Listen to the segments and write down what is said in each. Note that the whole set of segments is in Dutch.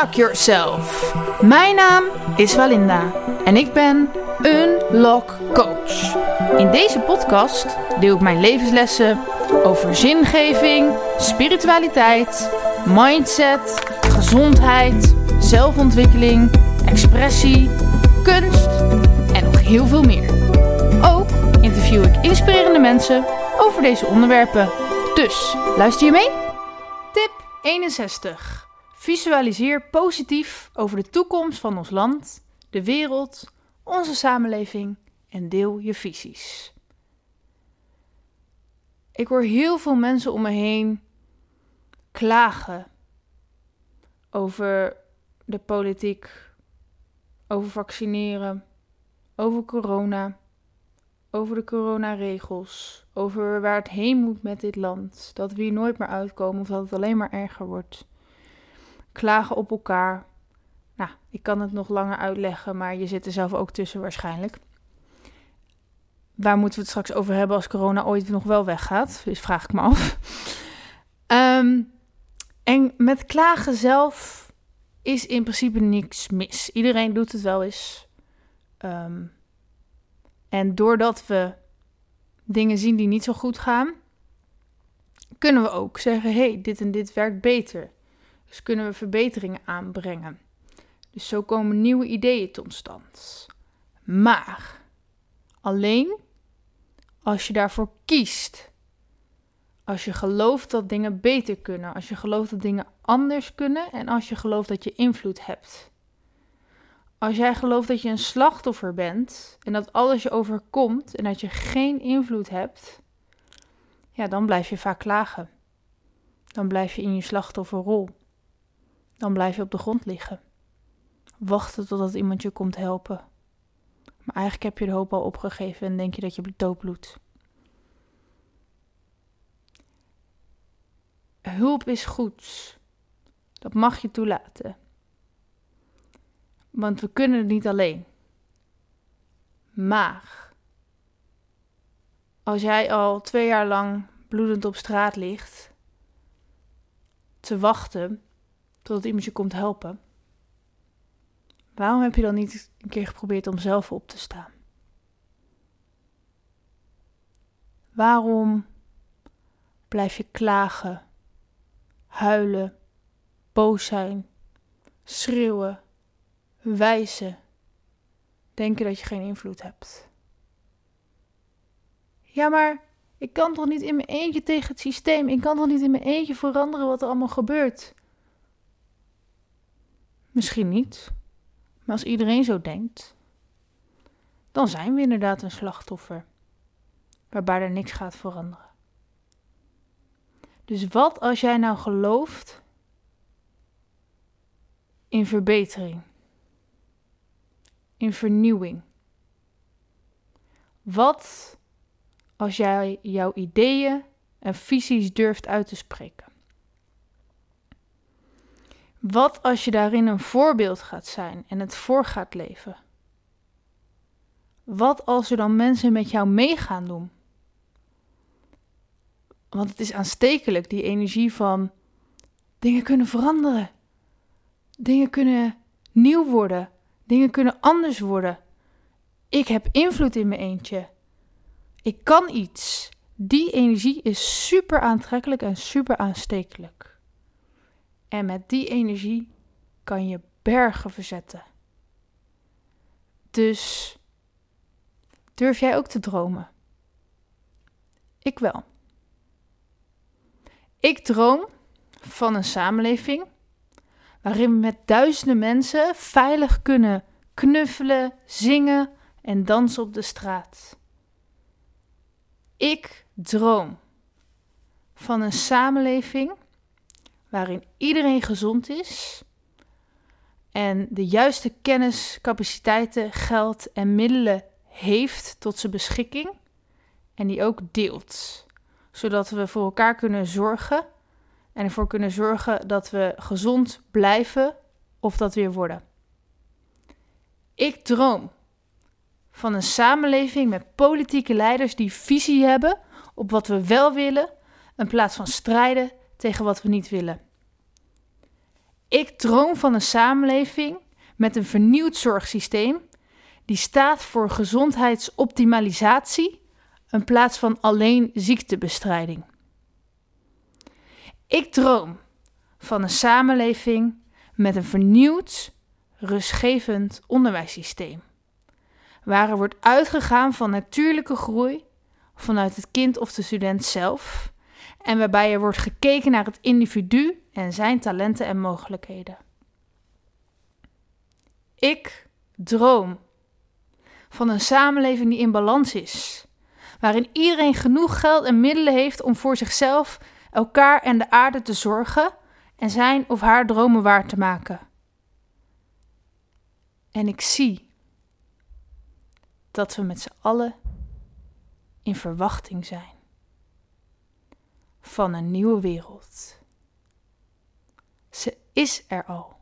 Unlock Yourself. Mijn naam is Walinda en ik ben Unlock Coach. In deze podcast deel ik mijn levenslessen over zingeving, spiritualiteit, mindset, gezondheid, zelfontwikkeling, expressie, kunst en nog heel veel meer. Ook interview ik inspirerende mensen over deze onderwerpen. Dus, luister je mee? Tip 61. Visualiseer positief over de toekomst van ons land, de wereld, onze samenleving en deel je visies. Ik hoor heel veel mensen om me heen klagen over de politiek, over vaccineren, over corona, over de coronaregels, over waar het heen moet met dit land, dat we hier nooit meer uitkomen of dat het alleen maar erger wordt. Klagen op elkaar. Nou, ik kan het nog langer uitleggen, maar je zit er zelf ook tussen waarschijnlijk. Waar moeten we het straks over hebben als corona ooit nog wel weggaat? Dus vraag ik me af. En met klagen zelf is in principe niks mis. Iedereen doet het wel eens. En doordat we dingen zien die niet zo goed gaan, kunnen we ook zeggen, hey, dit en dit werkt beter. Dus kunnen we verbeteringen aanbrengen. Dus zo komen nieuwe ideeën tot stand. Maar alleen als je daarvoor kiest. Als je gelooft dat dingen beter kunnen. Als je gelooft dat dingen anders kunnen. En als je gelooft dat je invloed hebt. Als jij gelooft dat je een slachtoffer bent. En dat alles je overkomt. En dat je geen invloed hebt. Ja, dan blijf je vaak klagen. Dan blijf je in je slachtofferrol. Dan blijf je op de grond liggen. Wachten totdat iemand je komt helpen. Maar eigenlijk heb je de hoop al opgegeven en denk je dat je doodbloedt. Hulp is goed. Dat mag je toelaten. Want we kunnen het niet alleen. Maar als jij al 2 jaar lang bloedend op straat ligt te wachten totdat iemand je komt helpen, waarom heb je dan niet een keer geprobeerd om zelf op te staan? Waarom blijf je klagen, huilen, boos zijn, schreeuwen, wijzen, denken dat je geen invloed hebt? Ja, maar ik kan toch niet in mijn eentje tegen het systeem? Ik kan toch niet in mijn eentje veranderen wat er allemaal gebeurt? Misschien niet. Maar als iedereen zo denkt, dan zijn we inderdaad een slachtoffer, waarbij er niks gaat veranderen. Dus wat als jij nou gelooft in verbetering, in vernieuwing? Wat als jij jouw ideeën en visies durft uit te spreken? Wat als je daarin een voorbeeld gaat zijn en het voor gaat leven? Wat als er dan mensen met jou mee gaan doen? Want het is aanstekelijk, die energie van dingen kunnen veranderen. Dingen kunnen nieuw worden. Dingen kunnen anders worden. Ik heb invloed in mijn eentje. Ik kan iets. Die energie is super aantrekkelijk en super aanstekelijk. En met die energie kan je bergen verzetten. Dus durf jij ook te dromen? Ik wel. Ik droom van een samenleving waarin we met duizenden mensen veilig kunnen knuffelen, zingen en dansen op de straat. Ik droom van een samenleving waarin iedereen gezond is en de juiste kennis, capaciteiten, geld en middelen heeft tot zijn beschikking en die ook deelt. Zodat we voor elkaar kunnen zorgen en ervoor kunnen zorgen dat we gezond blijven of dat weer worden. Ik droom van een samenleving met politieke leiders die visie hebben op wat we wel willen in plaats van strijden tegen wat we niet willen. Ik droom van een samenleving met een vernieuwd zorgsysteem die staat voor gezondheidsoptimalisatie in plaats van alleen ziektebestrijding. Ik droom van een samenleving met een vernieuwd, rustgevend onderwijssysteem, waar er wordt uitgegaan van natuurlijke groei vanuit het kind of de student zelf en waarbij er wordt gekeken naar het individu en zijn talenten en mogelijkheden. Ik droom van een samenleving die in balans is, waarin iedereen genoeg geld en middelen heeft om voor zichzelf, elkaar en de aarde te zorgen en zijn of haar dromen waar te maken. En ik zie dat we met z'n allen in verwachting zijn van een nieuwe wereld. Ze is er al.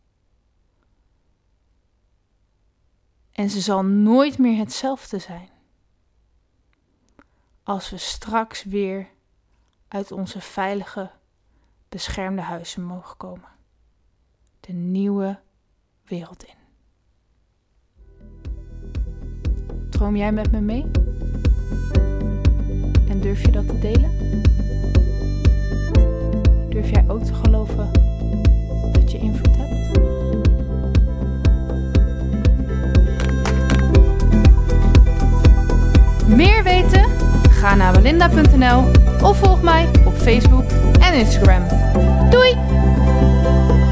En ze zal nooit meer hetzelfde zijn als we straks weer uit onze veilige, beschermde huizen mogen komen. De nieuwe wereld in. Droom jij met me mee? En durf je dat te delen? Durf jij ook te geloven dat je invloed hebt? Meer weten? Ga naar belinda.nl of volg mij op Facebook en Instagram. Doei!